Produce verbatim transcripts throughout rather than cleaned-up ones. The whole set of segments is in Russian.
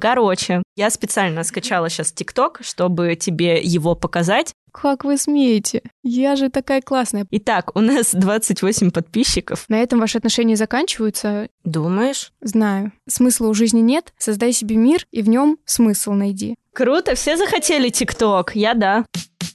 Короче, я специально скачала сейчас ТикТок, чтобы тебе его показать. Как вы смеете? Я же такая классная. Итак, у нас двадцать восемь подписчиков. На этом ваши отношения заканчиваются? Думаешь? Знаю. Смысла у жизни нет. Создай себе мир и в нем смысл найди. Круто, все захотели ТикТок. Я да.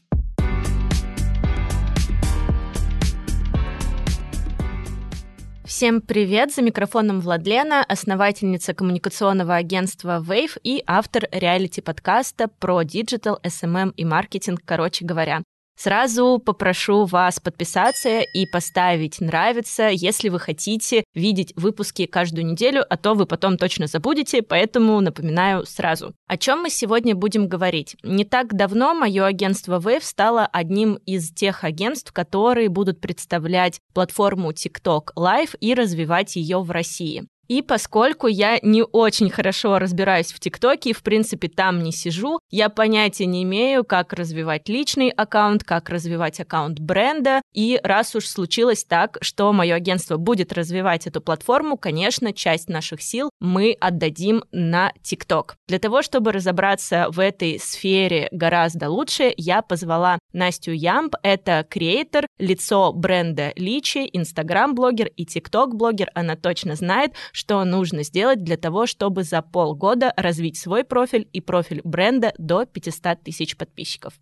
Всем привет! За микрофоном Владлена, основательница коммуникационного агентства Wave и автор реалити-подкаста про диджитал, эс эм эм и маркетинг, короче говоря. Сразу попрошу вас подписаться и поставить «нравится», если вы хотите видеть выпуски каждую неделю, а то вы потом точно забудете, поэтому напоминаю сразу. О чем мы сегодня будем говорить? Не так давно мое агентство Wave стало одним из тех агентств, которые будут представлять платформу TikTok Live и развивать ее в России. И поскольку я не очень хорошо разбираюсь в ТикТоке, в принципе, там не сижу, я понятия не имею, как развивать личный аккаунт, как развивать аккаунт бренда. И раз уж случилось так, что мое агентство будет развивать эту платформу, конечно, часть наших сил мы отдадим на ТикТок. Для того, чтобы разобраться в этой сфере гораздо лучше, я позвала Настю Ямб. Это креатор, лицо бренда Личи, инстаграм-блогер и тикток-блогер. Она точно знает, что нужно сделать для того, чтобы за полгода развить свой профиль и профиль бренда до пятьсот тысяч подписчиков.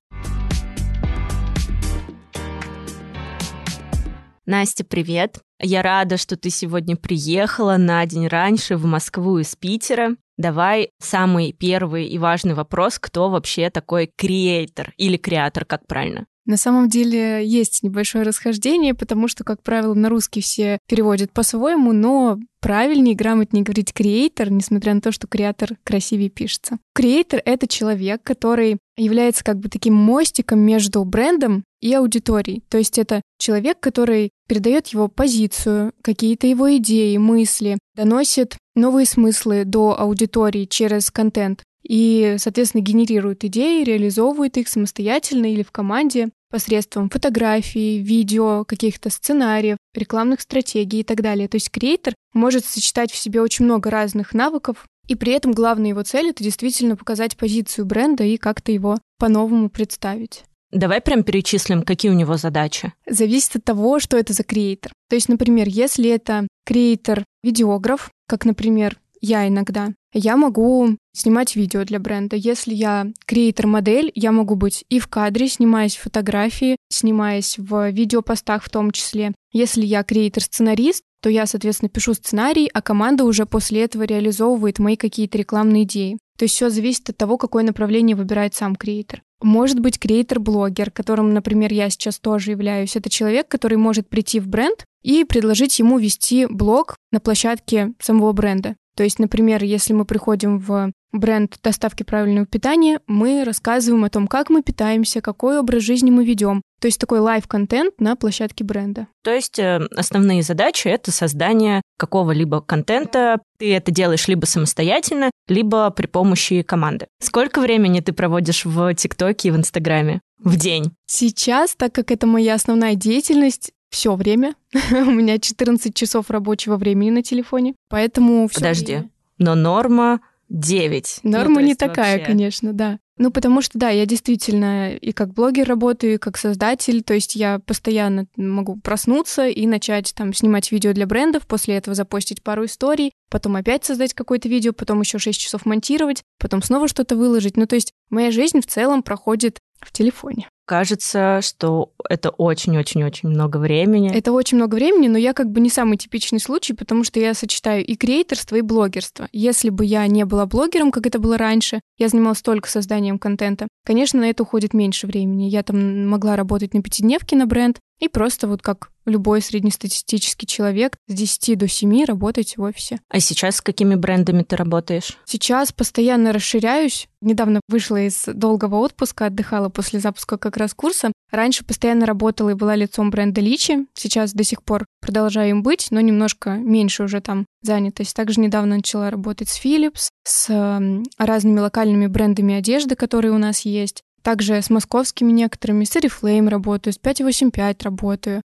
Настя, привет! Я рада, что ты сегодня приехала на день раньше в Москву из Питера. Давай самый первый и важный вопрос, кто вообще такой креатор или креатор, как правильно? На самом деле есть небольшое расхождение, потому что, как правило, на русский все переводят по-своему, но правильнее и грамотнее говорить «креатор», несмотря на то, что «креатор» красивее пишется. Креатор — это человек, который является как бы таким мостиком между брендом и аудиторией. То есть это человек, который передает его позицию, какие-то его идеи, мысли, доносит новые смыслы до аудитории через контент и, соответственно, генерирует идеи, реализовывает их самостоятельно или в команде посредством фотографий, видео, каких-то сценариев, рекламных стратегий и так далее. То есть креатор может сочетать в себе очень много разных навыков, и при этом главная его цель — это действительно показать позицию бренда и как-то его по-новому представить. Давай прям перечислим, какие у него задачи. Зависит от того, что это за креатор. То есть, например, если это креатор-видеограф, как, например, я иногда, я могу снимать видео для бренда. Если я креатор-модель, я могу быть и в кадре, снимаясь фотографии, снимаясь в видеопостах в том числе. Если я креатор-сценарист, то я, соответственно, пишу сценарий, а команда уже после этого реализовывает мои какие-то рекламные идеи. То есть все зависит от того, какое направление выбирает сам креатор. Может быть креатор-блогер, которым, например, я сейчас тоже являюсь. Это человек, который может прийти в бренд и предложить ему вести блог на площадке самого бренда. То есть, например, если мы приходим в бренд доставки правильного питания, мы рассказываем о том, как мы питаемся, какой образ жизни мы ведем. То есть такой лайв-контент на площадке бренда. То есть э, основные задачи — это создание какого-либо контента. Ты это делаешь либо самостоятельно, либо при помощи команды. Сколько времени ты проводишь в ТикТоке и в Инстаграме в день? Сейчас, так как это моя основная деятельность, все время. У меня четырнадцать часов рабочего времени на телефоне, поэтому все Подожди, время. Но норма девять. Норма ну, не такая, вообще... конечно, да. Ну, потому что, да, я действительно и как блогер работаю, и как создатель, то есть я постоянно могу проснуться и начать там снимать видео для брендов, после этого запостить пару историй, потом опять создать какое-то видео, потом еще шесть часов монтировать, потом снова что-то выложить. Ну, то есть моя жизнь в целом проходит в телефоне. Кажется, что это очень-очень-очень много времени. Это очень много времени, но я как бы не самый типичный случай, потому что я сочетаю и креаторство, и блогерство. Если бы я не была блогером, как это было раньше, я занималась только созданием контента, конечно, на это уходит меньше времени. Я там могла работать на пятидневке на бренд и просто вот как любой среднестатистический человек с десяти до семи работать в офисе. А сейчас с какими брендами ты работаешь? Сейчас постоянно расширяюсь. Недавно вышла из долгого отпуска, отдыхала после запуска как раз курса. Раньше постоянно работала и была лицом бренда Личи. Сейчас до сих пор продолжаю им быть, но немножко меньше уже там занятость. Также недавно начала работать с Philips, с разными локальными брендами одежды, которые у нас есть. Также с московскими некоторыми, с Oriflame работаю, с пять восемь пять работаю.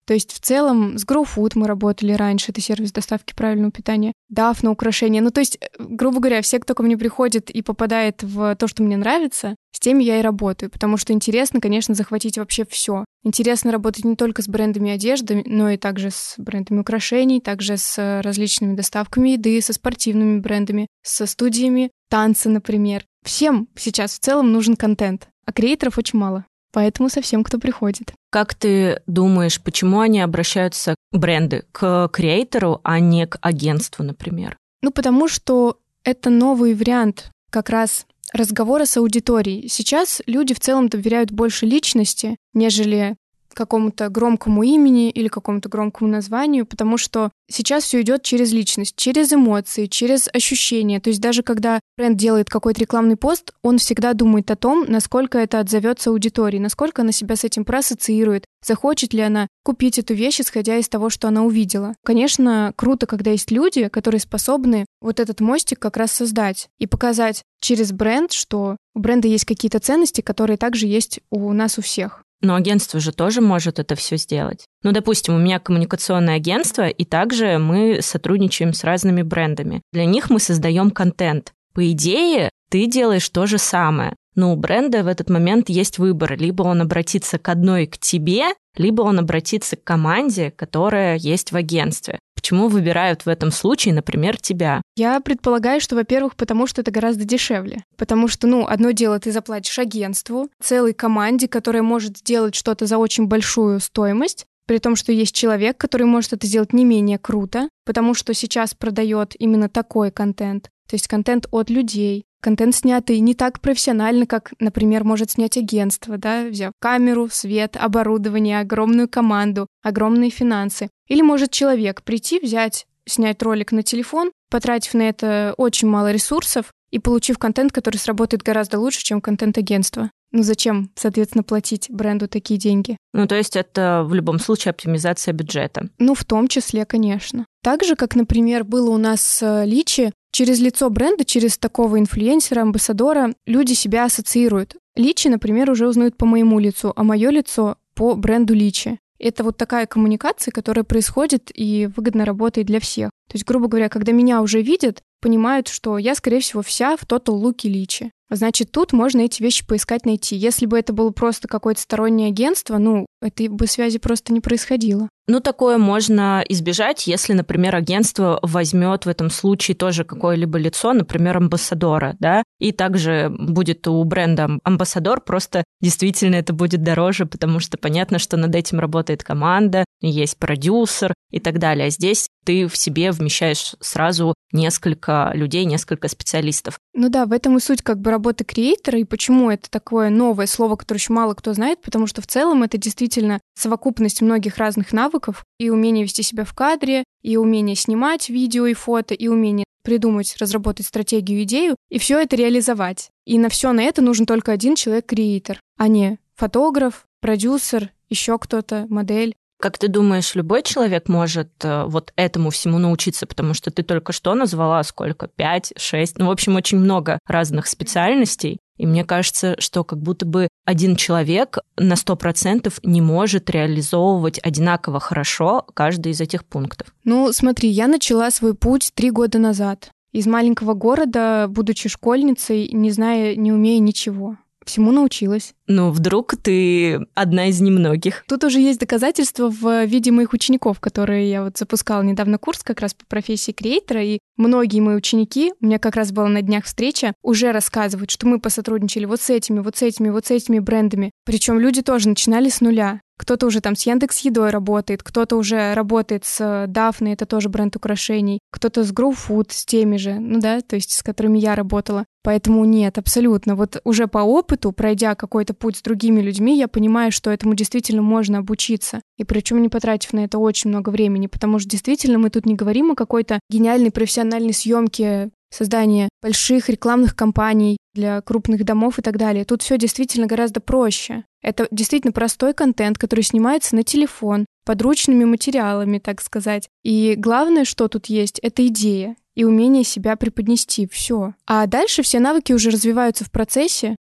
То есть в целом с GrowFood мы работали раньше, это сервис доставки правильного питания, даф на украшения. Ну, то есть, грубо говоря, все, кто ко мне приходит и попадает в то, что мне нравится, с теми я и работаю, потому что интересно, конечно, захватить вообще все. Интересно работать не только с брендами одежды, но и также с брендами украшений, также с различными доставками еды, со спортивными брендами, со студиями танца, например. Всем сейчас в целом нужен контент, а креаторов очень мало. Поэтому со всем, кто приходит. Как ты думаешь, почему они обращаются, бренды, к креатору, а не к агентству, например? Ну, потому что это новый вариант как раз разговора с аудиторией. Сейчас люди в целом доверяют больше личности, нежели какому-то громкому имени или какому-то громкому названию, потому что сейчас все идет через личность, через эмоции, через ощущения. То есть даже когда бренд делает какой-то рекламный пост, он всегда думает о том, насколько это отзовется аудитории, насколько она себя с этим проассоциирует, захочет ли она купить эту вещь, исходя из того, что она увидела. Конечно, круто, когда есть люди, которые способны вот этот мостик как раз создать и показать через бренд, что у бренда есть какие-то ценности, которые также есть у нас у всех. Но агентство же тоже может это все сделать. Ну, допустим, у меня коммуникационное агентство, и также мы сотрудничаем с разными брендами. Для них мы создаем контент. По идее, ты делаешь то же самое. Но у бренда в этот момент есть выбор. Либо он обратится к одной, к тебе, либо он обратится к команде, которая есть в агентстве. Почему выбирают в этом случае, например, тебя? Я предполагаю, что, во-первых, потому что это гораздо дешевле. Потому что, ну, одно дело ты заплатишь агентству, целой команде, которая может сделать что-то за очень большую стоимость, при том, что есть человек, который может это сделать не менее круто, потому что сейчас продает именно такой контент. То есть контент от людей, контент, снятый не так профессионально, как, например, может снять агентство, да, взяв камеру, свет, оборудование, огромную команду, огромные финансы. Или может человек прийти, взять, снять ролик на телефон, потратив на это очень мало ресурсов и получив контент, который сработает гораздо лучше, чем контент агентства. Ну зачем, соответственно, платить бренду такие деньги? Ну, то есть это в любом случае оптимизация бюджета. Ну, в том числе, конечно. Так же, как, например, было у нас с Личи, через лицо бренда, через такого инфлюенсера, амбассадора люди себя ассоциируют. Личи, например, уже узнают по моему лицу, а мое лицо по бренду Личи. Это вот такая коммуникация, которая происходит и выгодно работает для всех. То есть, грубо говоря, когда меня уже видят, понимают, что я, скорее всего, вся в Total Look Личи. Значит, тут можно эти вещи поискать, найти. Если бы это было просто какое-то стороннее агентство, ну, этой бы связи просто не происходило. Ну, такое можно избежать, если, например, агентство возьмет в этом случае тоже какое-либо лицо, например, амбассадора, да, и также будет у бренда амбассадор, просто действительно это будет дороже, потому что понятно, что над этим работает команда, есть продюсер и так далее. А здесь ты в себе вмещаешь сразу несколько людей, несколько специалистов. Ну да, в этом и суть как бы работы креатора, и почему это такое новое слово, которое еще мало кто знает, потому что в целом это действительно совокупность многих разных навыков, и умение вести себя в кадре, и умение снимать видео и фото, и умение придумать, разработать стратегию, идею, и все это реализовать. И на все на это нужен только один человек-креатор, а не фотограф, продюсер, еще кто-то, модель. Как ты думаешь, любой человек может вот этому всему научиться? Потому что ты только что назвала сколько? Пять, шесть? Ну, в общем, очень много разных специальностей. И мне кажется, что как будто бы один человек на сто процентов не может реализовывать одинаково хорошо каждый из этих пунктов. Ну, смотри, я начала свой путь три года назад. Из маленького города, будучи школьницей, не зная, не умея ничего. Всему научилась. Ну, вдруг ты одна из немногих. Тут уже есть доказательства в виде моих учеников, которые я вот запускала недавно курс как раз по профессии креатора, и многие мои ученики, у меня как раз была на днях встреча, уже рассказывают, что мы посотрудничали вот с этими, вот с этими, вот с этими брендами. Причем люди тоже начинали с нуля. Кто-то уже там с Яндекс.Едой работает, кто-то уже работает с Дафной, это тоже бренд украшений, кто-то с GrowFood, с теми же, ну да, то есть с которыми я работала. Поэтому нет, абсолютно. Вот уже по опыту, пройдя какой-то путь с другими людьми, я понимаю, что этому действительно можно обучиться. И причем не потратив на это очень много времени, потому что действительно мы тут не говорим о какой-то гениальной профессиональной съемке, создания больших рекламных кампаний для крупных домов и так далее. Тут все действительно гораздо проще. Это действительно простой контент, который снимается на телефон, подручными материалами, так сказать. И главное, что тут есть, это идея и умение себя преподнести. Все. А дальше все навыки уже развиваются в процессе.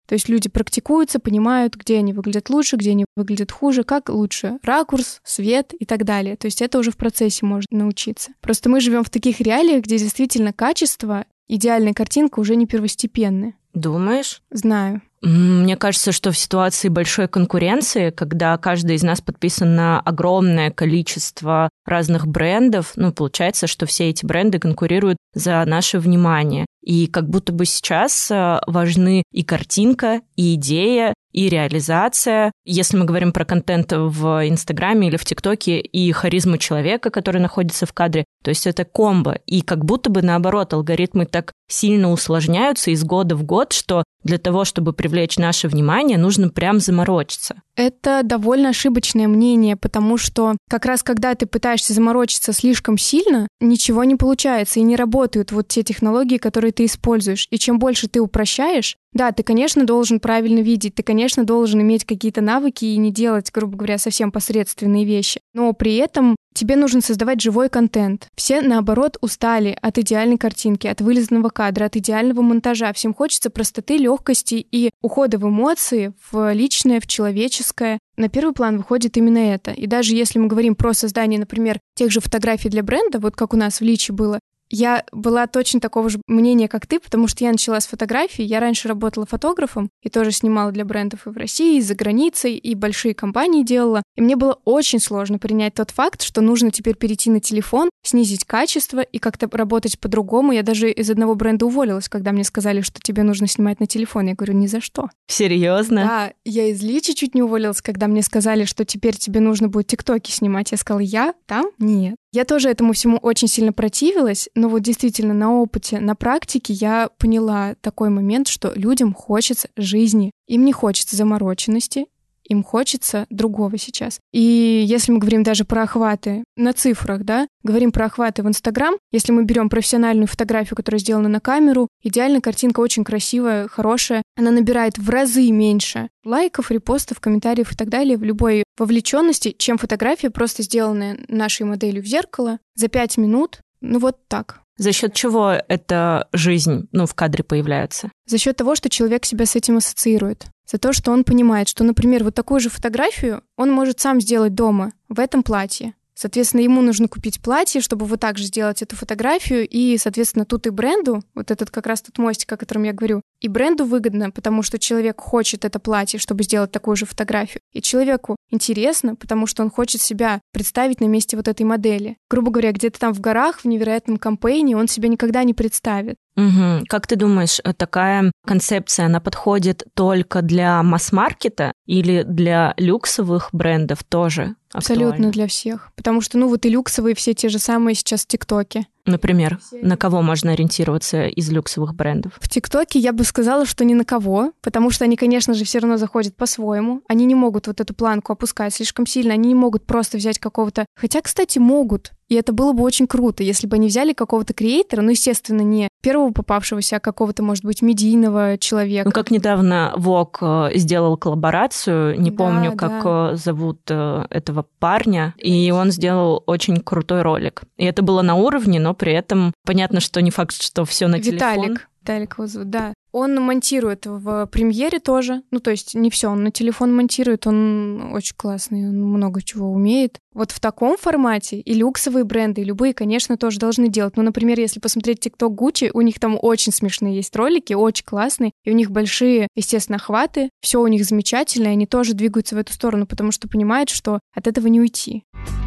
То есть люди практикуются, понимают, где они выглядят лучше, где они выглядят хуже, как лучше ракурс, свет и так далее. То есть это уже в процессе можно научиться. Просто мы живем в таких реалиях, где действительно качество, идеальная картинка уже не первостепенны. Думаешь? Знаю. Мне кажется, что в ситуации большой конкуренции, когда каждый из нас подписан на огромное количество разных брендов, ну, получается, что все эти бренды конкурируют за наше внимание. И как будто бы сейчас важны и картинка, и идея, и реализация. Если мы говорим про контент в Инстаграме или в ТикТоке, и харизму человека, который находится в кадре, то есть это комбо. И как будто бы, наоборот, алгоритмы так сильно усложняются из года в год, что для того, чтобы привлечь наше внимание, нужно прям заморочиться. Это довольно ошибочное мнение, потому что как раз когда ты пытаешься заморочиться слишком сильно, ничего не получается и не работают вот те технологии, которые ты используешь. И чем больше ты упрощаешь, да, ты, конечно, должен правильно видеть, ты, конечно, должен иметь какие-то навыки и не делать, грубо говоря, совсем посредственные вещи. Но при этом тебе нужно создавать живой контент. Все, наоборот, устали от идеальной картинки, от вылизанного кадра, от идеального монтажа. Всем хочется простоты, легкости и ухода в эмоции, в личное, в человеческое. На первый план выходит именно это. И даже если мы говорим про создание, например, тех же фотографий для бренда, вот как у нас в Личи было, я была точно такого же мнения, как ты, потому что я начала с фотографий. Я раньше работала фотографом и тоже снимала для брендов и в России, и за границей, и большие компании делала. И мне было очень сложно принять тот факт, что нужно теперь перейти на телефон, снизить качество и как-то работать по-другому. Я даже из одного бренда уволилась, когда мне сказали, что тебе нужно снимать на телефон. Я говорю, ни за что. Серьезно? Да, я из Личи чуть не уволилась, когда мне сказали, что теперь тебе нужно будет тиктоки снимать. Я сказала, я там? Нет. Я тоже этому всему очень сильно противилась, но вот действительно на опыте, на практике я поняла такой момент, что людям хочется жизни, им не хочется замороченности, им хочется другого сейчас. И если мы говорим даже про охваты на цифрах, да, говорим про охваты в Инстаграм, если мы берем профессиональную фотографию, которая сделана на камеру, идеальная картинка, очень красивая, хорошая, она набирает в разы меньше лайков, репостов, комментариев и так далее в любой вовлеченности, чем фотография, просто сделанная нашей моделью в зеркало за пять минут. Ну вот так. За счет чего эта жизнь, ну, в кадре появляется? За счет того, что человек себя с этим ассоциирует. За то, что он понимает, что, например, вот такую же фотографию он может сам сделать дома в этом платье. Соответственно, ему нужно купить платье, чтобы вот так же сделать эту фотографию, и, соответственно, тут и бренду, вот этот как раз тот мостик, о котором я говорю, и бренду выгодно, потому что человек хочет это платье, чтобы сделать такую же фотографию, и человеку интересно, потому что он хочет себя представить на месте вот этой модели. Грубо говоря, где-то там в горах, в невероятном кампейне он себя никогда не представит. Угу. Как ты думаешь, такая концепция, она подходит только для масс-маркета или для люксовых брендов тоже актуальна? Абсолютно для всех. Потому что, ну, вот и люксовые все те же самые сейчас в ТикТоке. Например, на кого можно ориентироваться из люксовых брендов? В ТикТоке я бы сказала, что ни на кого, потому что они, конечно же, все равно заходят по-своему. Они не могут вот эту планку опускать слишком сильно, они не могут просто взять какого-то... Хотя, кстати, могут. И это было бы очень круто, если бы они взяли какого-то креатора, ну, естественно, не первого попавшегося, а какого-то, может быть, медийного человека. Ну, как недавно Vogue сделал коллаборацию, не да, помню, да. как зовут этого парня, и он сделал очень крутой ролик. И это было на уровне, но при этом понятно, что не факт, что все на Виталик. телефон. Виталик его зовут, да. Он монтирует в премьере тоже. Ну, то есть не все, он на телефон монтирует, он очень классный, он много чего умеет. Вот в таком формате и люксовые бренды, и любые, конечно, тоже должны делать. Ну, например, если посмотреть TikTok Gucci, у них там очень смешные есть ролики, очень классные, и у них большие, естественно, охваты, все у них замечательно, и они тоже двигаются в эту сторону, потому что понимают, что от этого не уйти.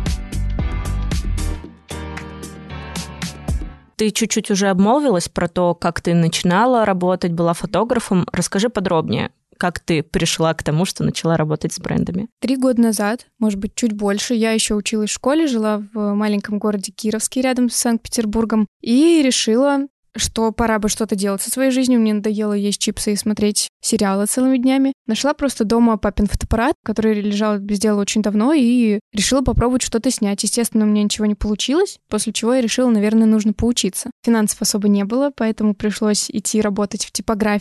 Ты чуть-чуть уже обмолвилась про то, как ты начинала работать, была фотографом. Расскажи подробнее, как ты пришла к тому, что начала работать с брендами. Три года назад, может быть, чуть больше, я еще училась в школе, жила в маленьком городе Кировске рядом с Санкт-Петербургом, и решила, что пора бы что-то делать со своей жизнью. Мне надоело есть чипсы и смотреть сериалы целыми днями. Нашла просто дома папин фотоаппарат, который лежал без дела очень давно, и решила попробовать что-то снять. Естественно, у меня ничего не получилось, после чего я решила, наверное, нужно поучиться. Финансов особо не было, поэтому пришлось идти работать в типографию.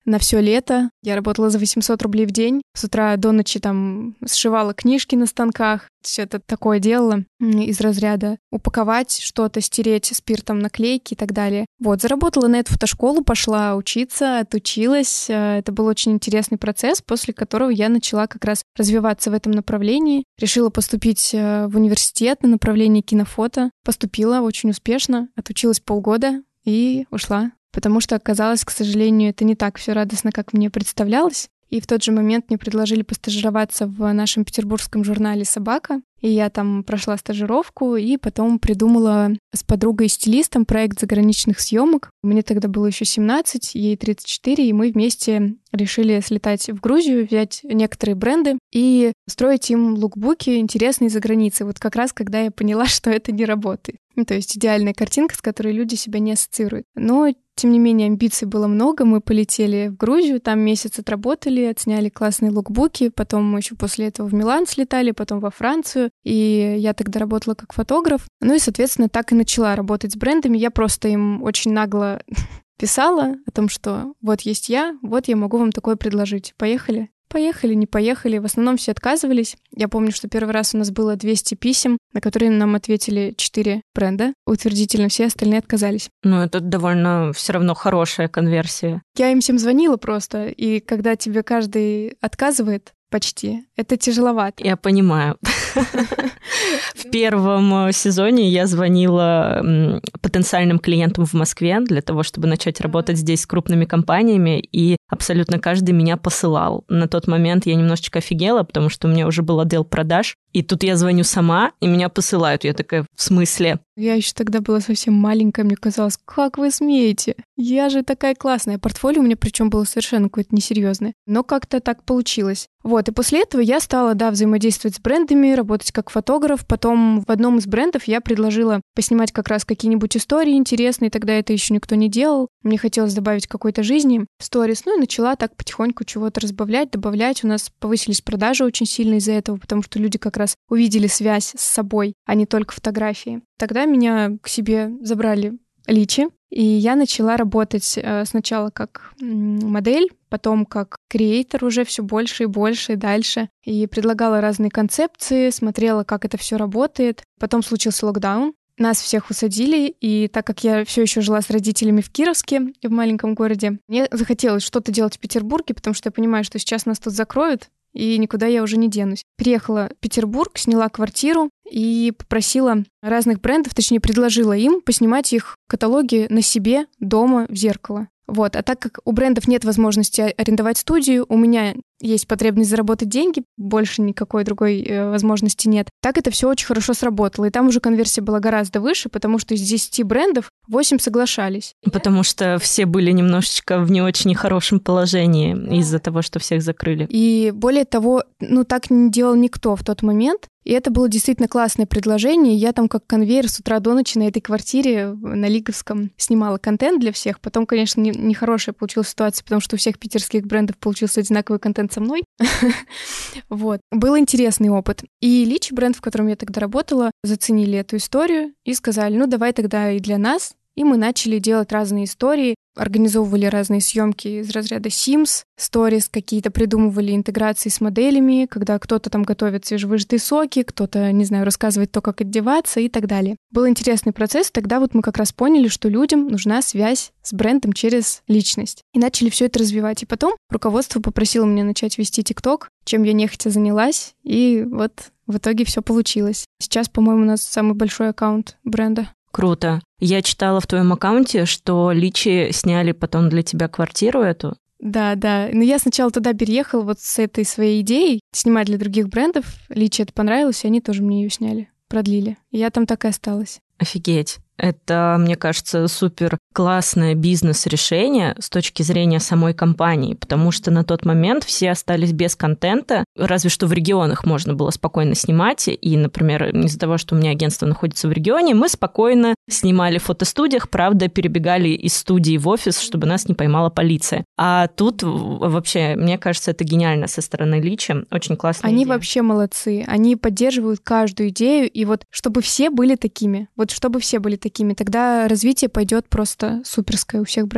на все лето. Я работала за восемьсот рублей в день. С утра до ночи там сшивала книжки на станках. Все это такое делала из разряда упаковать что-то, стереть спиртом наклейки и так далее. Вот, заработала на эту фотошколу, пошла учиться, отучилась. Это был очень интересный процесс, после которого я начала как раз развиваться в этом направлении. Решила поступить в университет на направлении кинофото. Поступила очень успешно, отучилась полгода и ушла. Потому что оказалось, к сожалению, это не так все радостно, как мне представлялось. И в тот же момент мне предложили постажироваться в нашем петербургском журнале «Собака». И я там прошла стажировку и потом придумала с подругой-стилистом проект заграничных съемок. Мне тогда было еще семнадцать, ей тридцать четыре, и мы вместе решили слетать в Грузию, взять некоторые бренды и строить им лукбуки интересные за границей. Вот как раз когда я поняла, что это не работает. Ну, то есть идеальная картинка, с которой люди себя не ассоциируют. Но тем не менее, амбиций было много. Мы полетели в Грузию, там месяц отработали, отсняли классные лукбуки. Потом мы еще после этого в Милан слетали, потом во Францию. И я тогда работала как фотограф. Ну и, соответственно, так и начала работать с брендами. Я просто им очень нагло писала о том, что вот есть я, вот я могу вам такое предложить. Поехали? Поехали, не поехали. В основном все отказывались. Я помню, что первый раз у нас было двести писем, на которые нам ответили четыре бренда. Утвердительно все остальные отказались. Ну, это довольно все равно хорошая конверсия. Я им всем звонила просто, и когда тебе каждый отказывает, почти, это тяжеловато. Я понимаю. В первом сезоне я звонила потенциальным клиентам в Москве для того, чтобы начать работать здесь с крупными компаниями, и абсолютно каждый меня посылал. На тот момент я немножечко офигела, потому что у меня уже был отдел продаж, и тут я звоню сама, и меня посылают. Я такая, в смысле? Я еще тогда была совсем маленькая, мне казалось, как вы смеете? Я же такая классная. Портфолио у меня причем было совершенно какое-то несерьезное. Но как-то так получилось. Вот, и после этого я стала, да, взаимодействовать с брендами, работать как фотограф. Потом в одном из брендов я предложила поснимать как раз какие-нибудь истории интересные, тогда это еще никто не делал. Мне хотелось добавить какой-то жизни в сторис, ну и начала так потихоньку чего-то разбавлять, добавлять. У нас повысились продажи очень сильно из-за этого, потому что люди как раз увидели связь с собой, а не только фотографии. Тогда меня к себе забрали Личи, и я начала работать э, сначала как модель, потом как креатор уже все больше и больше и дальше. И предлагала разные концепции, смотрела, как это все работает. Потом случился локдаун. Нас всех усадили, и так как я все еще жила с родителями в Кировске, в маленьком городе, мне захотелось что-то делать в Петербурге, потому что я понимаю, что сейчас нас тут закроют, и никуда я уже не денусь. Приехала в Петербург, сняла квартиру и попросила разных брендов, точнее, предложила им поснимать их каталоги на себе дома в зеркало. Вот. А так как у брендов нет возможности арендовать студию, у меня есть потребность заработать деньги, больше никакой другой э, возможности нет. Так это все очень хорошо сработало. И там уже конверсия была гораздо выше, потому что из десяти брендов восемь соглашались. Потому что все были немножечко в не очень хорошем положении из-за того, что всех закрыли. И более того, ну так не делал никто в тот момент. И это было действительно классное предложение. Я там как конвейер с утра до ночи на этой квартире на Лиговском снимала контент для всех. Потом, конечно, нехорошая не получилась ситуация, потому что у всех питерских брендов получился одинаковый контент со мной. Вот. Был интересный опыт. И Личи, бренд, в котором я тогда работала, заценили эту историю и сказали, ну давай тогда и для нас. И мы начали делать разные истории, организовывали разные съемки из разряда Sims, Stories, какие-то придумывали интеграции с моделями, когда кто-то там готовит свежевыжатые соки, кто-то, не знаю, рассказывает то, как одеваться и так далее. Был интересный процесс, тогда вот мы как раз поняли, что людям нужна связь с брендом через личность. И начали все это развивать. И потом руководство попросило меня начать вести ТикТок, чем я нехотя занялась, и вот в итоге все получилось. Сейчас, по-моему, у нас самый большой аккаунт бренда. Круто. Я читала в твоем аккаунте, что Личи сняли потом для тебя квартиру эту. Да, да. Но я сначала туда переехала вот с этой своей идеей снимать для других брендов. Личи это понравилось, и они тоже мне ее сняли, продлили. И я там так и осталась. Офигеть. Это, мне кажется, супер классное бизнес-решение с точки зрения самой компании, потому что на тот момент все остались без контента, разве что в регионах можно было спокойно снимать, и, например, из-за того, что у меня агентство находится в регионе, мы спокойно снимали в фотостудиях, правда, перебегали из студии в офис, чтобы нас не поймала полиция. А тут вообще, мне кажется, это гениально со стороны Личи, очень классная Они идея. вообще молодцы, они поддерживают каждую идею, и вот чтобы все были такими, вот чтобы все были такими, тогда развитие пойдет просто суперское у всех брендов.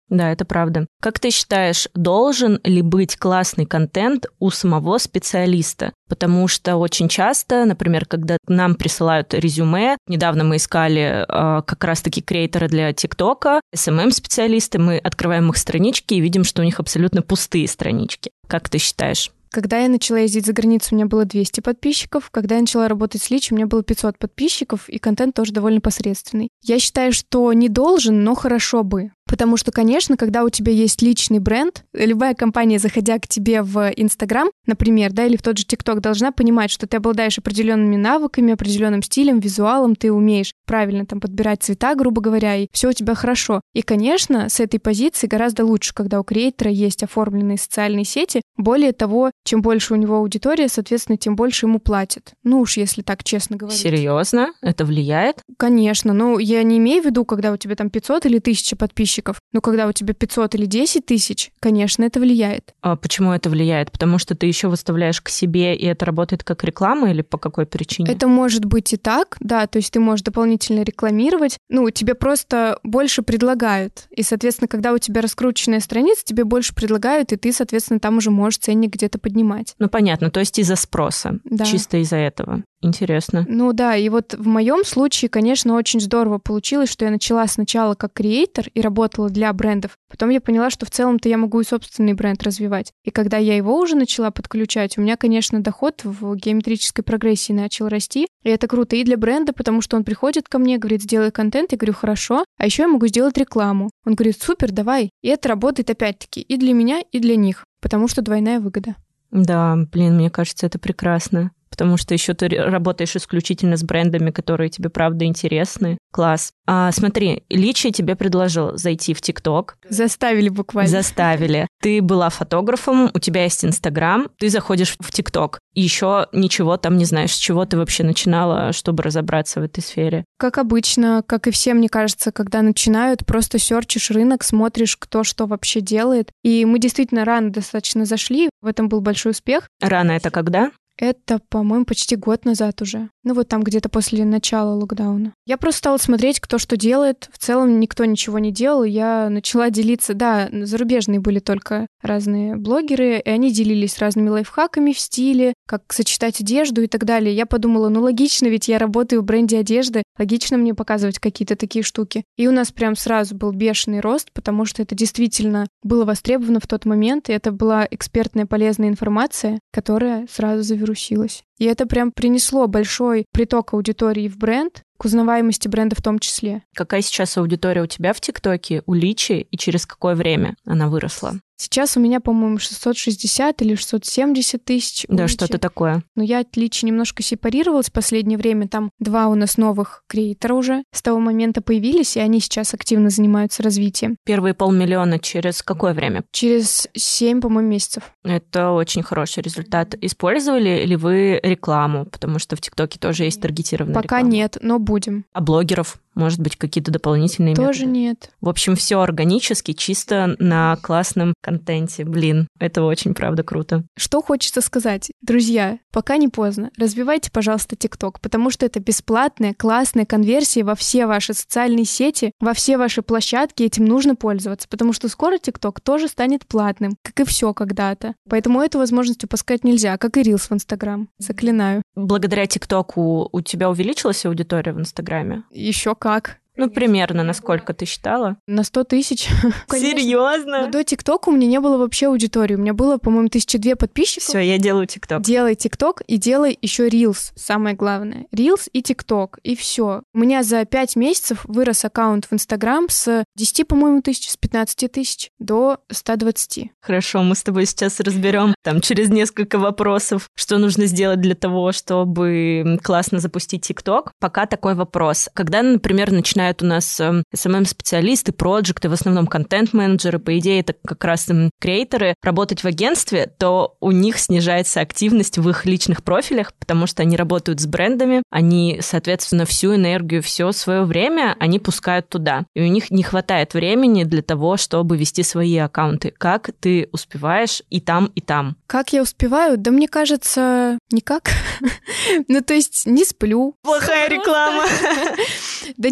Да, это правда. Как ты считаешь, должен ли быть классный контент у самого специалиста? Потому что очень часто, например, когда нам присылают резюме, недавно мы искали э, как раз-таки креаторы для ТикТока, эс эм эм-специалисты, мы открываем их странички и видим, что у них абсолютно пустые странички. Как ты считаешь? Когда я начала ездить за границу, у меня было двести подписчиков. Когда я начала работать с Лич, у меня было пятьсот подписчиков, и контент тоже довольно посредственный. Я считаю, что не должен, но хорошо бы. Потому что, конечно, когда у тебя есть личный бренд, любая компания, заходя к тебе в Инстаграм, например, да, или в тот же ТикТок, должна понимать, что ты обладаешь определенными навыками, определенным стилем, визуалом, ты умеешь правильно там подбирать цвета, грубо говоря, и все у тебя хорошо. И, конечно, с этой позиции гораздо лучше, когда у креатора есть оформленные социальные сети. Более того, чем больше у него аудитория, соответственно, тем больше ему платят. Ну уж если так честно говорить. Серьезно? Это влияет? Конечно. Ну, я не имею в виду, когда у тебя там пятьсот или тысяча подписчиков, но когда у тебя пятьсот или десять тысяч, конечно, это влияет. А почему это влияет? Потому что ты еще выставляешь к себе, и это работает как реклама, или по какой причине? Это может быть и так, да, то есть ты можешь дополнительно рекламировать, ну, тебе просто больше предлагают, и, соответственно, когда у тебя раскрученная страница, тебе больше предлагают, и ты, соответственно, там уже можешь ценник где-то поднимать. Ну, понятно, то есть из-за спроса, да. Чисто из-за этого. Интересно. Ну да, и вот в моем случае, конечно, очень здорово получилось, что я начала сначала как креатор и работала для брендов. Потом я поняла, что в целом-то я могу и собственный бренд развивать. И когда я его уже начала подключать, у меня, конечно, доход в геометрической прогрессии начал расти. И это круто и для бренда, потому что он приходит ко мне, говорит, сделай контент. Я говорю, хорошо. А еще я могу сделать рекламу. Он говорит, супер, давай. И это работает опять-таки и для меня, и для них, потому что двойная выгода. Да, блин, мне кажется, это прекрасно. Потому что еще ты работаешь исключительно с брендами, которые тебе, правда, интересны. Класс. А, смотри, Личи тебе предложил зайти в ТикТок. Заставили буквально. Заставили. Ты была фотографом, у тебя есть Инстаграм, ты заходишь в ТикТок. И еще ничего там не знаешь, с чего ты вообще начинала, чтобы разобраться в этой сфере. Как обычно, как и все, мне кажется, когда начинают, просто серчишь рынок, смотришь, кто что вообще делает. И мы действительно рано достаточно зашли, в этом был большой успех. Рано это когда? Это, по-моему, почти год назад уже. Ну вот там где-то после начала локдауна. Я просто стала смотреть, кто что делает. В целом никто ничего не делал. Я начала делиться... Да, зарубежные были только разные блогеры, и они делились разными лайфхаками в стиле, как сочетать одежду и так далее. Я подумала, ну логично, ведь я работаю в бренде одежды, логично мне показывать какие-то такие штуки. И у нас прям сразу был бешеный рост, потому что это действительно было востребовано в тот момент, и это была экспертная полезная информация, которая сразу завирусилась. И это прям принесло большой приток аудитории в бренд, к узнаваемости бренда в том числе. Какая сейчас аудитория у тебя в ТикТоке, у Личи, и через какое время она выросла? Сейчас у меня, по-моему, шестьсот шестьдесят или шестьсот семьдесят тысяч. Да, что-то такое. Но я от Личи немножко сепарировалась в последнее время. Там два у нас новых креатора уже с того момента появились, и они сейчас активно занимаются развитием. Первые полмиллиона через какое время? Через семь, по-моему, месяцев. Это очень хороший результат. Использовали ли вы рекламу? Потому что в ТикТоке тоже есть таргетированная Пока реклама. нет, но будем. А блогеров? Может быть, какие-то дополнительные Тоже методы? нет. В общем, все органически, чисто на классном контенте. Блин, это очень, правда, круто. Что хочется сказать? Друзья, пока не поздно. Развивайте, пожалуйста, ТикТок, потому что это бесплатная, классная конверсия во все ваши социальные сети, во все ваши площадки. Этим нужно пользоваться, потому что скоро ТикТок тоже станет платным, как и все когда-то. Поэтому эту возможность упускать нельзя, как и Рилс в Инстаграм. Заклинаю. Благодаря ТикТоку у тебя увеличилась аудитория в Инстаграме? Еще как. Ну, примерно, насколько ты считала? На сто тысяч. Серьезно? Но до ТикТока у меня не было вообще аудитории. У меня было, по-моему, тысяча две подписчиков. Все, я делаю ТикТок. Делай ТикТок и делай еще Рилс. Самое главное. Рилс и ТикТок. И все. У меня за пять месяцев вырос аккаунт в Инстаграм с десяти, по-моему, тысяч, с пятнадцати тысяч до ста двадцати. Хорошо, мы с тобой сейчас разберем там через несколько вопросов, что нужно сделать для того, чтобы классно запустить ТикТок. Пока такой вопрос. Когда, например, начинают у нас эс эм эм-специалисты, проекты, в основном контент-менеджеры, по идее, это как раз креаторы, работать в агентстве, то у них снижается активность в их личных профилях, потому что они работают с брендами, они, соответственно, всю энергию, все свое время они пускают туда. И у них не хватает времени для того, чтобы вести свои аккаунты. Как ты успеваешь и там, и там? Как я успеваю? Да мне кажется, никак. Ну, то есть не сплю. Плохая реклама. Да нет, на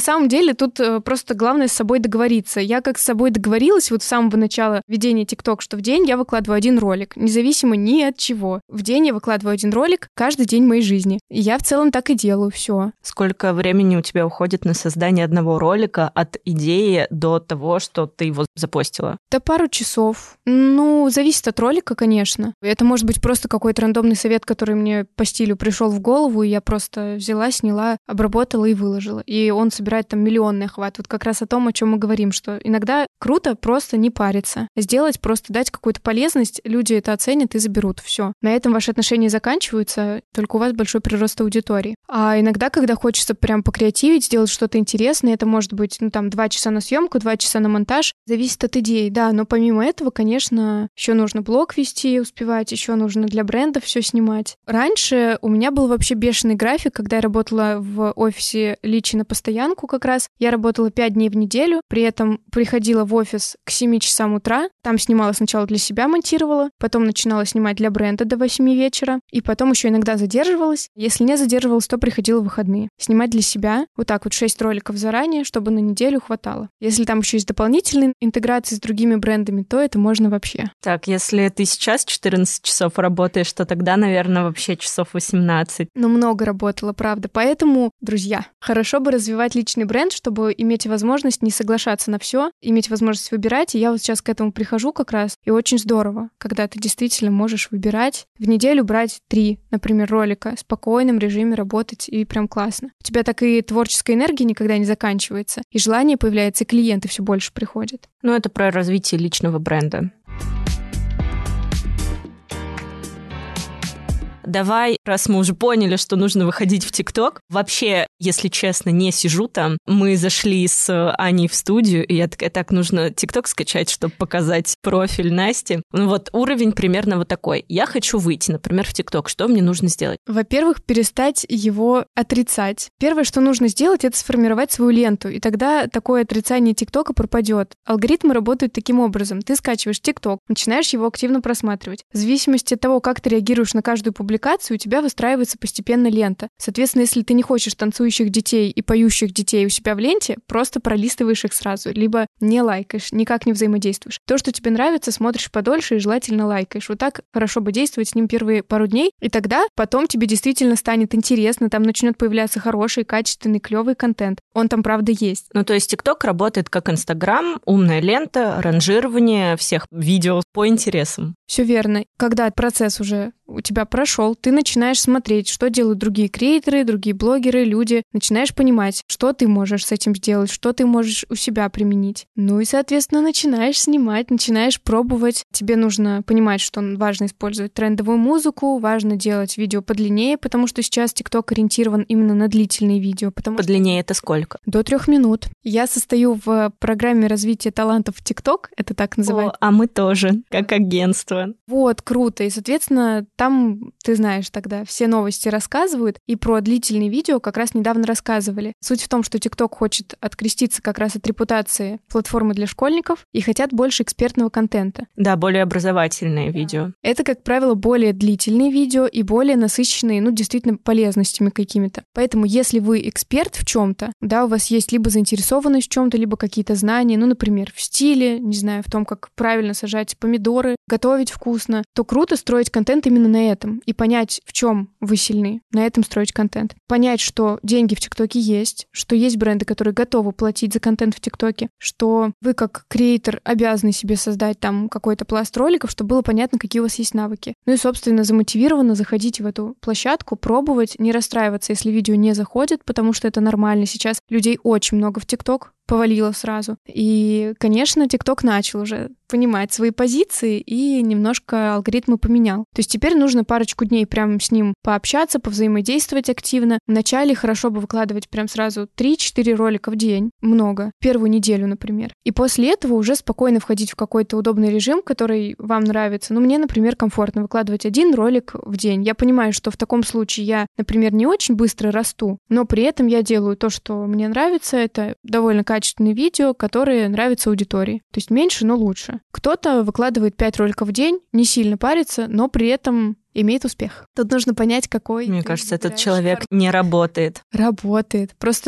самом деле тут просто главное с собой договориться. Я как с собой договорилась вот с самого начала ведения TikTok, что в день я выкладываю один ролик, независимо ни от чего. В день я выкладываю один ролик каждый день моей жизни. И я в целом так и делаю, все. Сколько времени у тебя уходит на создание одного ролика от идеи до того, что ты его запостила? Да пару часов. Ну, зависит от ролика, конечно. Это может быть просто какой-то рандомный совет, который мне по стилю пришел в голову, и я просто взяла, сняла, обработала и выложила. И он собирает там миллионный охват. Вот как раз о том, о чем мы говорим, что иногда круто просто не париться. Сделать, просто дать какую-то полезность, люди это оценят и заберут. Все. На этом ваши отношения заканчиваются, только у вас большой прирост аудитории. А иногда, когда хочется прям покреативить, сделать что-то интересное, это может быть, ну, там, два часа на съемку, два часа на монтаж. Зависит от идеи, да. Но помимо этого, конечно, еще нужно блог вести, успевать, еще нужно для бренда все снимать. Раньше у меня был вообще бешеный график, когда я работала в офисе Личи на постоянку как раз. Я работала пять дней в неделю, при этом приходила в офис к семи часам утра, там снимала сначала для себя, монтировала, потом начинала снимать для бренда до восьми вечера, и потом еще иногда задерживалась. Если не задерживалась, то приходила в выходные. Снимать для себя, вот так вот шесть роликов заранее, чтобы на неделю хватало. Если там еще есть дополнительные интеграции с другими брендами, то это можно вообще. Так, если ты сейчас четырнадцать часов работаешь, то тогда, наверное, вообще часов восемнадцать. Ну, много работала, правда. Поэтому, друзья, хорошо бы развивать личный бренд, чтобы иметь возможность не соглашаться на все, иметь возможность выбирать. И я вот сейчас к этому прихожу как раз. И очень здорово, когда ты действительно можешь выбирать. В неделю брать три, например, ролика, в спокойном режиме работать, и прям классно. У тебя так и творческая энергия никогда не заканчивается, и желание появляется, и клиенты все больше приходят. Ну, это про развитие личного бренда. Давай, раз мы уже поняли, что нужно выходить в ТикТок, вообще, если честно, не сижу там. Мы зашли с Аней в студию, и я такая, так, нужно ТикТок скачать, чтобы показать профиль Насти. Ну вот уровень примерно вот такой. Я хочу выйти, например, в ТикТок. Что мне нужно сделать? Во-первых, перестать его отрицать. Первое, что нужно сделать, это сформировать свою ленту, и тогда такое отрицание ТикТока пропадет. Алгоритмы работают таким образом. Ты скачиваешь ТикТок, начинаешь его активно просматривать. В зависимости от того, как ты реагируешь на каждую публикацию, у тебя выстраивается постепенно лента. Соответственно, если ты не хочешь танцующих детей и поющих детей у себя в ленте, просто пролистываешь их сразу, либо не лайкаешь, никак не взаимодействуешь. То, что тебе нравится, смотришь подольше и желательно лайкаешь. Вот так хорошо бы действовать с ним первые пару дней, и тогда потом тебе действительно станет интересно, там начнет появляться хороший, качественный, клевый контент. Он там, правда, есть. Ну, то есть ТикТок работает как Инстаграм, умная лента, ранжирование всех видео по интересам. Все верно. Когда процесс уже у тебя прошел, ты начинаешь смотреть, что делают другие креаторы, другие блогеры, люди, начинаешь понимать, что ты можешь с этим сделать, что ты можешь у себя применить. Ну и, соответственно, начинаешь снимать, начинаешь пробовать. Тебе нужно понимать, что важно использовать трендовую музыку, важно делать видео подлиннее, потому что сейчас TikTok ориентирован именно на длительные видео. Потому подлиннее это сколько? До трех минут. Я состою в программе развития талантов TikTok, это так называется. О, а мы тоже, как агентство. Вот, круто. И, соответственно, там, ты знаешь, тогда все новости рассказывают, и про длительные видео как раз недавно рассказывали. Суть в том, что TikTok хочет откреститься как раз от репутации платформы для школьников и хотят больше экспертного контента. Да, более образовательные видео. Это, как правило, более длительные видео и более насыщенные, ну, действительно, полезностями какими-то. Поэтому, если вы эксперт в чем-то, да, у вас есть либо заинтересованность в чем-то, либо какие-то знания, ну, например, в стиле, не знаю, в том, как правильно сажать помидоры, готовить вкусно, то круто строить контент именно на этом и понять, в чем вы сильны, на этом строить контент. Понять, что деньги в ТикТоке есть, что есть бренды, которые готовы платить за контент в ТикТоке, что вы как креатор обязаны себе создать там какой-то пласт роликов, чтобы было понятно, какие у вас есть навыки. Ну и, собственно, замотивированно заходить в эту площадку, пробовать, не расстраиваться, если видео не заходит, потому что это нормально. Сейчас людей очень много в ТикТок, повалило сразу. И, конечно, TikTok начал уже понимать свои позиции и немножко алгоритмы поменял. То есть теперь нужно парочку дней прям с ним пообщаться, повзаимодействовать активно. Вначале хорошо бы выкладывать прям сразу три-четыре ролика в день. Много. Первую неделю, например. И после этого уже спокойно входить в какой-то удобный режим, который вам нравится. Ну, мне, например, комфортно выкладывать один ролик в день. Я понимаю, что в таком случае я, например, не очень быстро расту, но при этом я делаю то, что мне нравится. Это довольно качественные видео, которые нравятся аудитории. То есть меньше, но лучше. Кто-то выкладывает пять роликов в день, не сильно парится, но при этом имеет успех. Тут нужно понять, какой... Мне кажется, этот человек формат. Не работает. Работает. Просто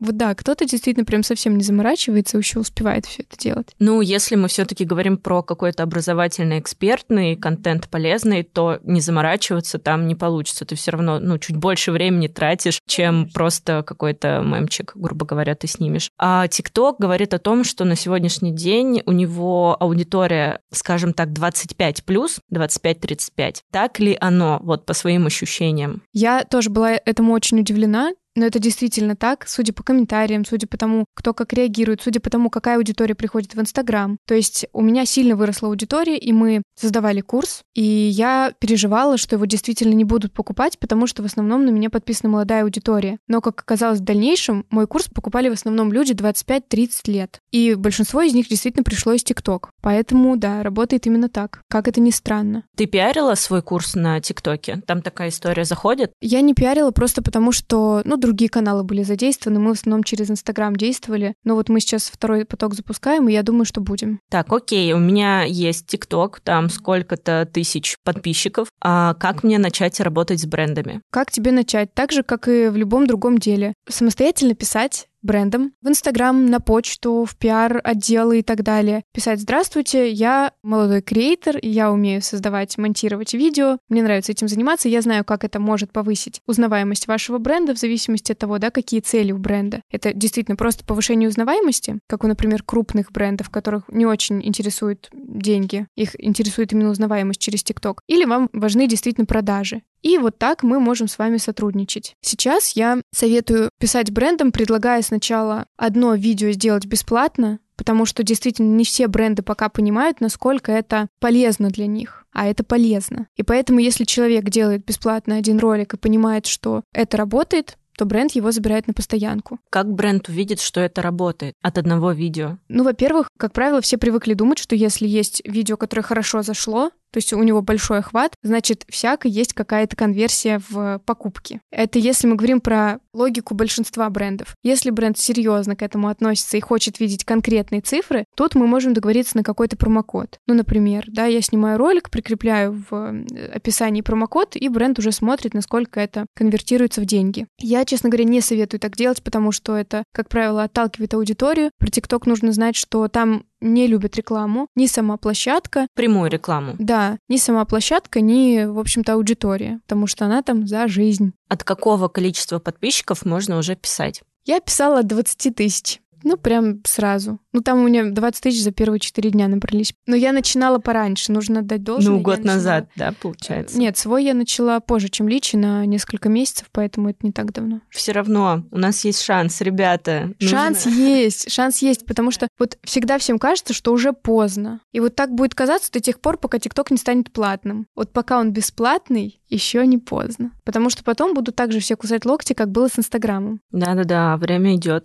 Вот да, кто-то действительно прям совсем не заморачивается, еще успевает все это делать. Ну, если мы все-таки говорим про какой-то образовательный, экспертный контент полезный, то не заморачиваться там не получится. Ты все равно, ну, чуть больше времени тратишь, чем просто какой-то мемчик, грубо говоря, ты снимешь. А TikTok говорит о том, что на сегодняшний день у него аудитория, скажем так, двадцать пять плюс, двадцать пять тридцать пять. Так ли оно, вот по своим ощущениям? Я тоже была этому очень удивлена. Но это действительно так, судя по комментариям, судя по тому, кто как реагирует, судя по тому, какая аудитория приходит в Инстаграм. То есть у меня сильно выросла аудитория, и мы создавали курс, и я переживала, что его действительно не будут покупать, потому что в основном на меня подписана молодая аудитория. Но, как оказалось в дальнейшем, мой курс покупали в основном люди двадцать пять тридцать лет. И большинство из них действительно пришло из ТикТок. Поэтому, да, работает именно так. Как это ни странно. Ты пиарила свой курс на ТикТоке? Там такая история заходит? Я не пиарила просто потому, что, ну, другие каналы были задействованы, мы в основном через Инстаграм действовали, но вот мы сейчас второй поток запускаем, и я думаю, что будем. Так, окей, у меня есть ТикТок, там сколько-то тысяч подписчиков. А как мне начать работать с брендами? Как тебе начать? Так же, как и в любом другом деле. Самостоятельно писать брендом, в Инстаграм, на почту, в пиар-отделы и так далее. Писать: «Здравствуйте, я молодой креатор, я умею создавать, монтировать видео, мне нравится этим заниматься, я знаю, как это может повысить узнаваемость вашего бренда в зависимости от того, да, какие цели у бренда. Это действительно просто повышение узнаваемости, как у, например, крупных брендов, которых не очень интересуют деньги, их интересует именно узнаваемость через ТикТок. Или вам важны действительно продажи. И вот так мы можем с вами сотрудничать. Сейчас я советую писать брендам, предлагая сначала одно видео сделать бесплатно, потому что действительно не все бренды пока понимают, насколько это полезно для них. А это полезно. И поэтому, если человек делает бесплатно один ролик и понимает, что это работает, то бренд его забирает на постоянку. Как бренд увидит, что это работает от одного видео? Ну, во-первых, как правило, все привыкли думать, что если есть видео, которое хорошо зашло, то есть у него большой охват, значит, всяко есть какая-то конверсия в покупке. Это если мы говорим про логику большинства брендов. Если бренд серьезно к этому относится и хочет видеть конкретные цифры, тут мы можем договориться на какой-то промокод. Ну, например, да, я снимаю ролик, прикрепляю в описании промокод, и бренд уже смотрит, насколько это конвертируется в деньги. Я, честно говоря, не советую так делать, потому что это, как правило, отталкивает аудиторию. Про TikTok нужно знать, что там не любят рекламу, ни сама площадка. Прямую рекламу. Да, ни сама площадка, ни, в общем-то, аудитория, потому что она там за жизнь. От какого количества подписчиков можно уже писать? Я писала от двадцати тысяч. Ну, прям сразу. Ну, там у меня двадцать тысяч за первые четыре дня набрались. Но я начинала пораньше, нужно отдать должное. Ну, год начинала... назад, да, получается? Нет, свой я начала позже, чем Личи, на несколько месяцев, поэтому это не так давно. Все равно у нас есть шанс, ребята. Шанс нужно... есть, шанс есть, потому что вот всегда всем кажется, что уже поздно. И вот так будет казаться до тех пор, пока ТикТок не станет платным. Вот пока он бесплатный, еще не поздно. Потому что потом будут так же все кусать локти, как было с Инстаграмом. Да-да-да, время идет.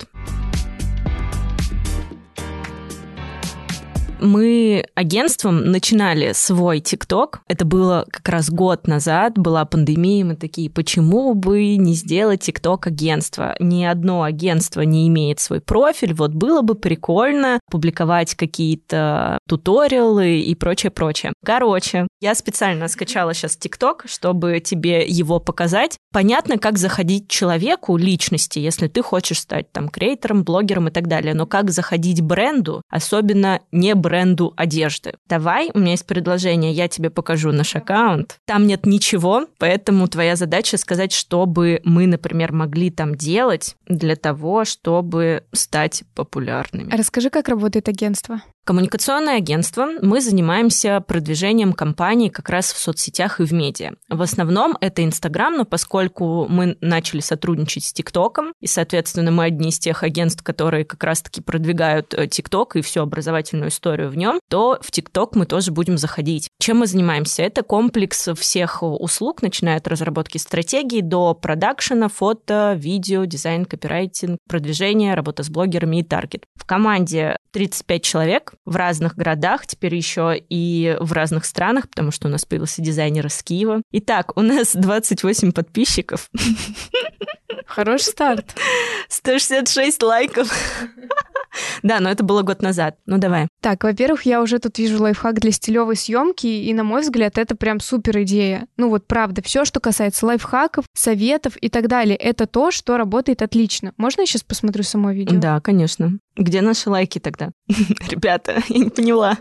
Мы агентством начинали свой ТикТок. Это было как раз год назад, была пандемия, мы такие, почему бы не сделать ТикТок-агентство? Ни одно агентство не имеет свой профиль, вот было бы прикольно публиковать какие-то туториалы и прочее-прочее. Короче, я специально скачала сейчас ТикТок, чтобы тебе его показать. Понятно, как заходить человеку, личности, если ты хочешь стать там креатором, блогером и так далее, но как заходить бренду, особенно не бренду, бренду одежды. Давай, у меня есть предложение, я тебе покажу наш аккаунт. Там нет ничего, поэтому твоя задача сказать, что бы мы, например, могли там делать для того, чтобы стать популярными. Расскажи, как работает агентство. Коммуникационное агентство. Мы занимаемся продвижением компании как раз в соцсетях и в медиа. В основном это Инстаграм, но поскольку мы начали сотрудничать с ТикТоком, и, соответственно, мы одни из тех агентств, которые как раз-таки продвигают ТикТок и всю образовательную историю в нем, то в ТикТок мы тоже будем заходить. Чем мы занимаемся? Это комплекс всех услуг, начиная от разработки стратегий до продакшена, фото, видео, дизайн, копирайтинг, продвижение, работа с блогерами и таргет. В команде тридцать пять человек в разных городах, теперь еще и в разных странах, потому что у нас появился дизайнер из Киева. Итак, у нас двадцать восемь подписчиков. Хороший старт. сто шестьдесят шесть лайков. Да, но это было год назад. Ну, давай. Так, во-первых, я уже тут вижу лайфхак для стилевой съемки, и, на мой взгляд, это прям супер идея. Ну вот правда, все, что касается лайфхаков, советов и так далее, это то, что работает отлично. Можно я сейчас посмотрю само видео? Да, конечно. Где наши лайки тогда? Ребята, я не поняла.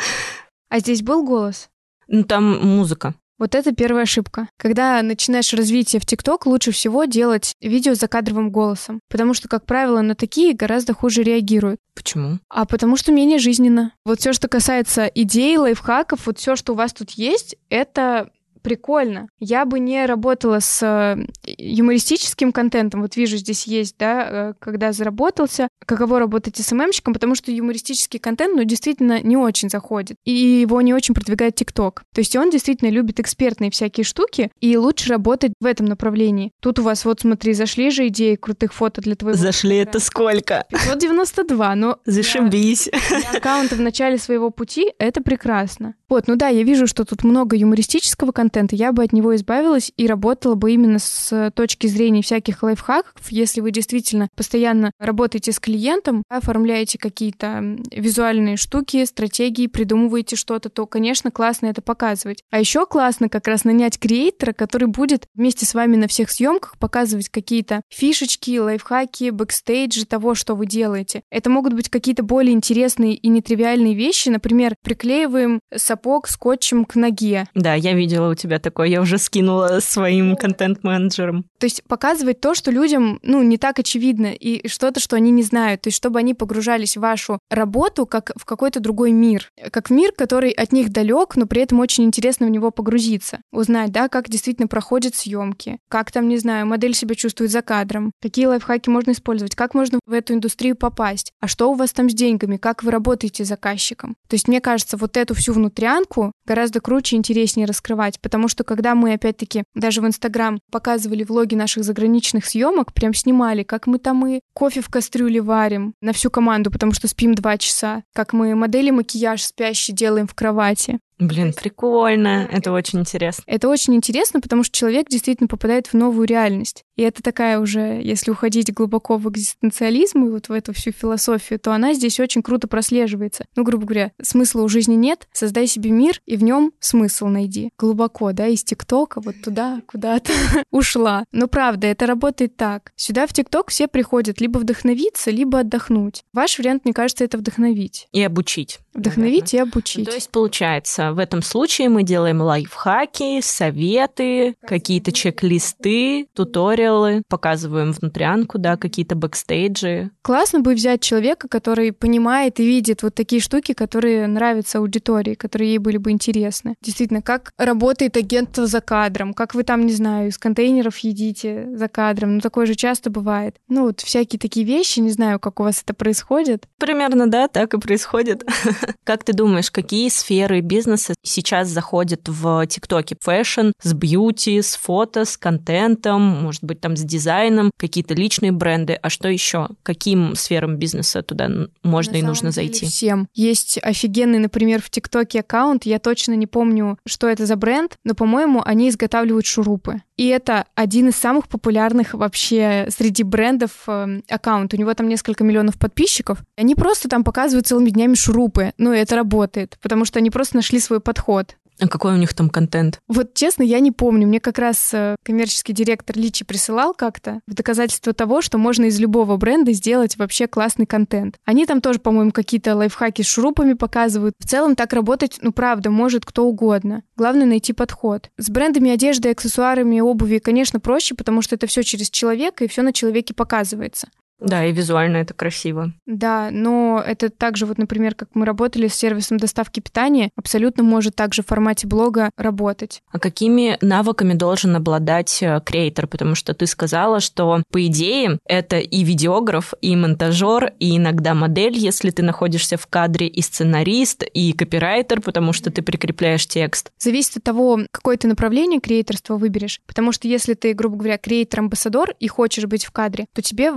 А здесь был голос? Ну, там музыка. Вот это первая ошибка. Когда начинаешь развитие в ТикТок, лучше всего делать видео с закадровым голосом, потому что, как правило, на такие гораздо хуже реагируют. Почему? А потому что менее жизненно. Вот все, что касается идей, лайфхаков, вот все, что у вас тут есть, это прикольно. Я бы не работала с юмористическим контентом. Вот вижу, здесь есть, да, когда заработался, каково работать эс эм эм-щиком, потому что юмористический контент, ну, действительно не очень заходит. И его не очень продвигает ТикТок. То есть он действительно любит экспертные всякие штуки, и лучше работать в этом направлении. Тут у вас, вот смотри, зашли же идеи крутых фото для твоего... Зашли это сколько? пятьсот девяносто два, но... Зашибись. Для, для аккаунта в начале своего пути это прекрасно. Вот, ну да, я вижу, что тут много юмористического контента, я бы от него избавилась и работала бы именно с точки зрения всяких лайфхаков. Если вы действительно постоянно работаете с клиентом, оформляете какие-то визуальные штуки, стратегии, придумываете что-то, то, конечно, классно это показывать. А еще классно как раз нанять креатора, который будет вместе с вами на всех съемках показывать какие-то фишечки, лайфхаки, бэкстейджи того, что вы делаете. Это могут быть какие-то более интересные и нетривиальные вещи. Например, приклеиваем сапог скотчем к ноге. Да, я видела у тебя такое, я уже скинула своим контент-менеджерам. То есть показывать то, что людям, ну, не так очевидно, и что-то, что они не знают. То есть чтобы они погружались в вашу работу как в какой-то другой мир. Как в мир, который от них далек, но при этом очень интересно в него погрузиться. Узнать, да, как действительно проходят съемки, как там, не знаю, модель себя чувствует за кадром, какие лайфхаки можно использовать, как можно в эту индустрию попасть, а что у вас там с деньгами, как вы работаете с заказчиком. То есть мне кажется, вот эту всю внутрянку гораздо круче и интереснее раскрывать, потому что когда мы, опять-таки, даже в Инстаграм показывали влоги наших заграничных съемок, прям снимали, как мы там и кофе в кастрюле варим на всю команду, потому что спим два часа, как мы модели макияж спящий делаем в кровати. Блин, прикольно, это очень интересно. Это очень интересно, потому что человек действительно попадает в новую реальность. И это такая уже, если уходить глубоко в экзистенциализм и вот в эту всю философию, то она здесь очень круто прослеживается. Ну, грубо говоря, смысла у жизни нет, создай себе мир и в нем смысл найди. Глубоко, да, из ТикТока вот туда куда-то ушла. Но правда, это работает так. Сюда в ТикТок все приходят либо вдохновиться, либо отдохнуть. Ваш вариант, мне кажется, это вдохновить. И обучить. Вдохновить наверное. И обучить. То есть, получается, в этом случае мы делаем лайфхаки, советы, какие-то чек-листы, туториалы, показываем внутрянку, да, какие-то бэкстейджи. Классно бы взять человека, который понимает и видит вот такие штуки, которые нравятся аудитории, которые ей были бы интересны. Действительно, как работает агентство за кадром, как вы там, не знаю, из контейнеров едите за кадром, ну такое же часто бывает. Ну вот всякие такие вещи, не знаю, как у вас это происходит. Примерно, да, так и происходит. Как ты думаешь, какие сферы бизнеса сейчас заходят в ТикТоке? Фэшн, с бьюти, с фото, с контентом, может быть, там с дизайном, какие-то личные бренды. А что еще? Каким сферам бизнеса туда можно На и нужно деле зайти? Всем. Есть офигенный, например, в ТикТоке аккаунт. Я точно не помню, что это за бренд, но, по-моему, они изготавливают шурупы. И это один из самых популярных вообще среди брендов э, аккаунт. У него там несколько миллионов подписчиков. Они просто там показывают целыми днями шурупы. Ну, и это работает, потому что они просто нашли свой подход. А какой у них там контент? Вот честно, я не помню. Мне как раз э, коммерческий директор Личи присылал как-то в доказательство того, что можно из любого бренда сделать вообще классный контент. Они там тоже, по-моему, какие-то лайфхаки с шурупами показывают. В целом так работать, ну правда, может кто угодно. Главное найти подход. С брендами одежды, аксессуарами, обуви, конечно, проще, потому что это все через человека, и все на человеке показывается. Да, и визуально это красиво. Да, но это также, вот, например, как мы работали с сервисом доставки питания, абсолютно может также в формате блога работать. А какими навыками должен обладать креатор? Потому что ты сказала, что, по идее, это и видеограф, и монтажер, и иногда модель, если ты находишься в кадре, и сценарист, и копирайтер, потому что ты прикрепляешь текст. Зависит от того, какое ты направление креаторства выберешь. Потому что если ты, грубо говоря, креатор-амбассадор и хочешь быть в кадре, то тебе важно, конечно,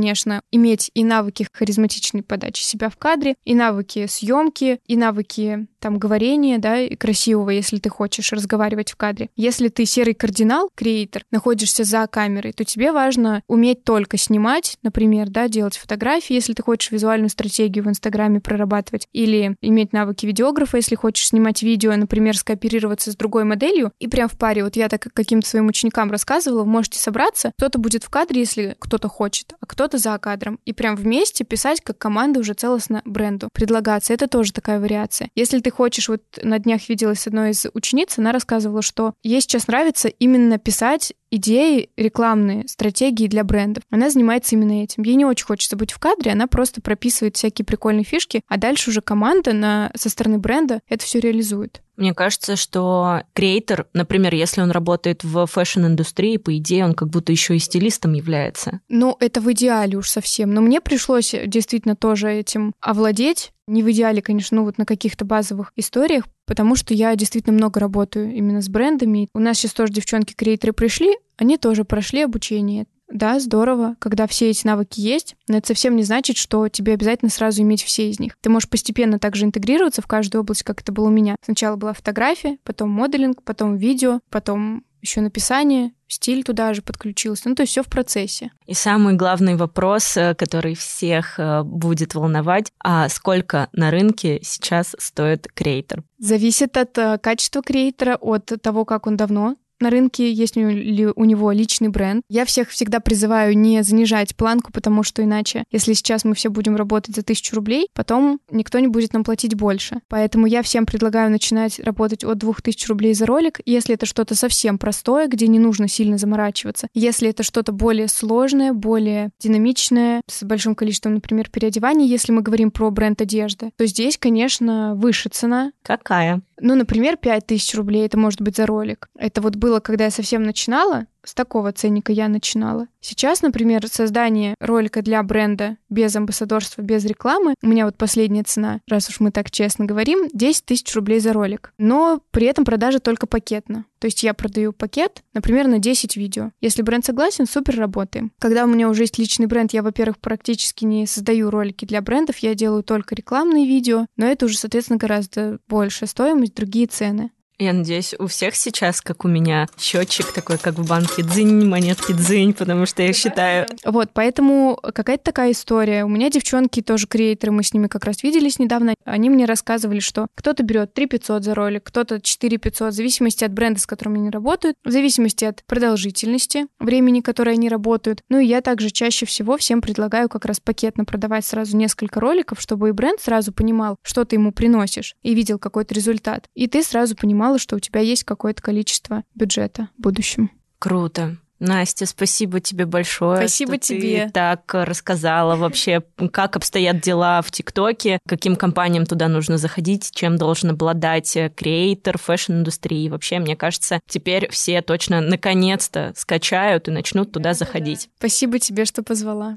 конечно, иметь и навыки харизматичной подачи себя в кадре, и навыки съемки, и навыки там говорения, да, и красивого, если ты хочешь разговаривать в кадре. Если ты серый кардинал, креатор, находишься за камерой, то тебе важно уметь только снимать, например, да, делать фотографии, если ты хочешь визуальную стратегию в Инстаграме прорабатывать, или иметь навыки видеографа, если хочешь снимать видео, например, скооперироваться с другой моделью, и прям в паре, вот я так каким-то своим ученикам рассказывала, вы можете собраться, кто-то будет в кадре, если кто-то хочет, а кто-то за кадром, и прям вместе писать как команда уже целостно бренду, предлагаться. Это тоже такая вариация. Если ты хочешь, вот на днях виделась с одной из учениц, она рассказывала, что ей сейчас нравится именно писать идеи рекламные, стратегии для брендов. Она занимается именно этим. Ей не очень хочется быть в кадре, она просто прописывает всякие прикольные фишки, а дальше уже команда на, со стороны бренда это все реализует. Мне кажется, что креатор, например, если он работает в фэшн-индустрии, по идее, он как будто еще и стилистом является. Ну, это в идеале уж совсем. Но мне пришлось действительно тоже этим овладеть. Не в идеале, конечно, ну вот на каких-то базовых историях, потому что я действительно много работаю именно с брендами. У нас сейчас тоже девчонки-креаторы пришли, они тоже прошли обучение. Да, здорово, когда все эти навыки есть, но это совсем не значит, что тебе обязательно сразу иметь все из них. Ты можешь постепенно также интегрироваться в каждую область, как это было у меня. Сначала была фотография, потом моделинг, потом видео, потом еще написание, стиль туда же подключился. Ну, то есть все в процессе. И самый главный вопрос, который всех будет волновать, а сколько на рынке сейчас стоит креатор? Зависит от качества креатора, от того, как он давно на рынке, есть ли у него личный бренд. Я всех всегда призываю не занижать планку, потому что иначе, если сейчас мы все будем работать за тысячу рублей, потом никто не будет нам платить больше. Поэтому я всем предлагаю начинать работать от двух тысяч рублей за ролик, если это что-то совсем простое, где не нужно сильно заморачиваться. Если это что-то более сложное, более динамичное, с большим количеством, например, переодеваний, если мы говорим про бренд одежды, то здесь, конечно, выше цена. Какая? Ну, например, пять тысяч рублей это может быть за ролик. Это вот было, когда я совсем начинала, с такого ценника я начинала. Сейчас, например, создание ролика для бренда без амбассадорства, без рекламы, у меня вот последняя цена, раз уж мы так честно говорим, десять тысяч рублей за ролик. Но при этом продажа только пакетно. То есть я продаю пакет, например, на десять видео. Если бренд согласен, супер, работаем. Когда у меня уже есть личный бренд, я, во-первых, практически не создаю ролики для брендов, я делаю только рекламные видео, но это уже, соответственно, гораздо большая стоимость, другие цены. Я надеюсь, у всех сейчас, как у меня, счетчик такой, как в банке, дзынь, монетки дзынь, потому что я считаю... Вот, поэтому какая-то такая история. У меня девчонки тоже креаторы, мы с ними как раз виделись недавно. Они мне рассказывали, что кто-то берет три тысячи пятьсот за ролик, кто-то четыре тысячи пятьсот, в зависимости от бренда, с которым они работают, в зависимости от продолжительности времени, которое они работают. Ну и я также чаще всего всем предлагаю как раз пакетно продавать сразу несколько роликов, чтобы и бренд сразу понимал, что ты ему приносишь, и видел какой-то результат. И ты сразу понимала, что у тебя есть какое-то количество бюджета в будущем. Круто. Настя, спасибо тебе большое. Спасибо что тебе. Ты так рассказала вообще, как обстоят дела в ТикТоке, каким компаниям туда нужно заходить, чем должен обладать креатор фэшн-индустрии. Вообще, мне кажется, теперь все точно наконец-то скачают и начнут туда заходить. Спасибо тебе, что позвала.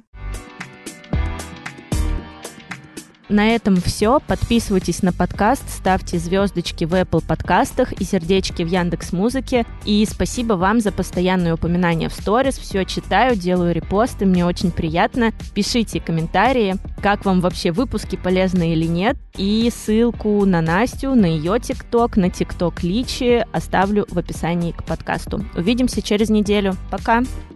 На этом все. Подписывайтесь на подкаст, ставьте звездочки в Apple подкастах и сердечки в Яндекс.Музыке. И спасибо вам за постоянное упоминание в сторис. Все читаю, делаю репосты, мне очень приятно. Пишите комментарии, как вам вообще выпуски, полезны или нет. И ссылку на Настю, на ее ТикТок, на ТикТок Личи оставлю в описании к подкасту. Увидимся через неделю. Пока!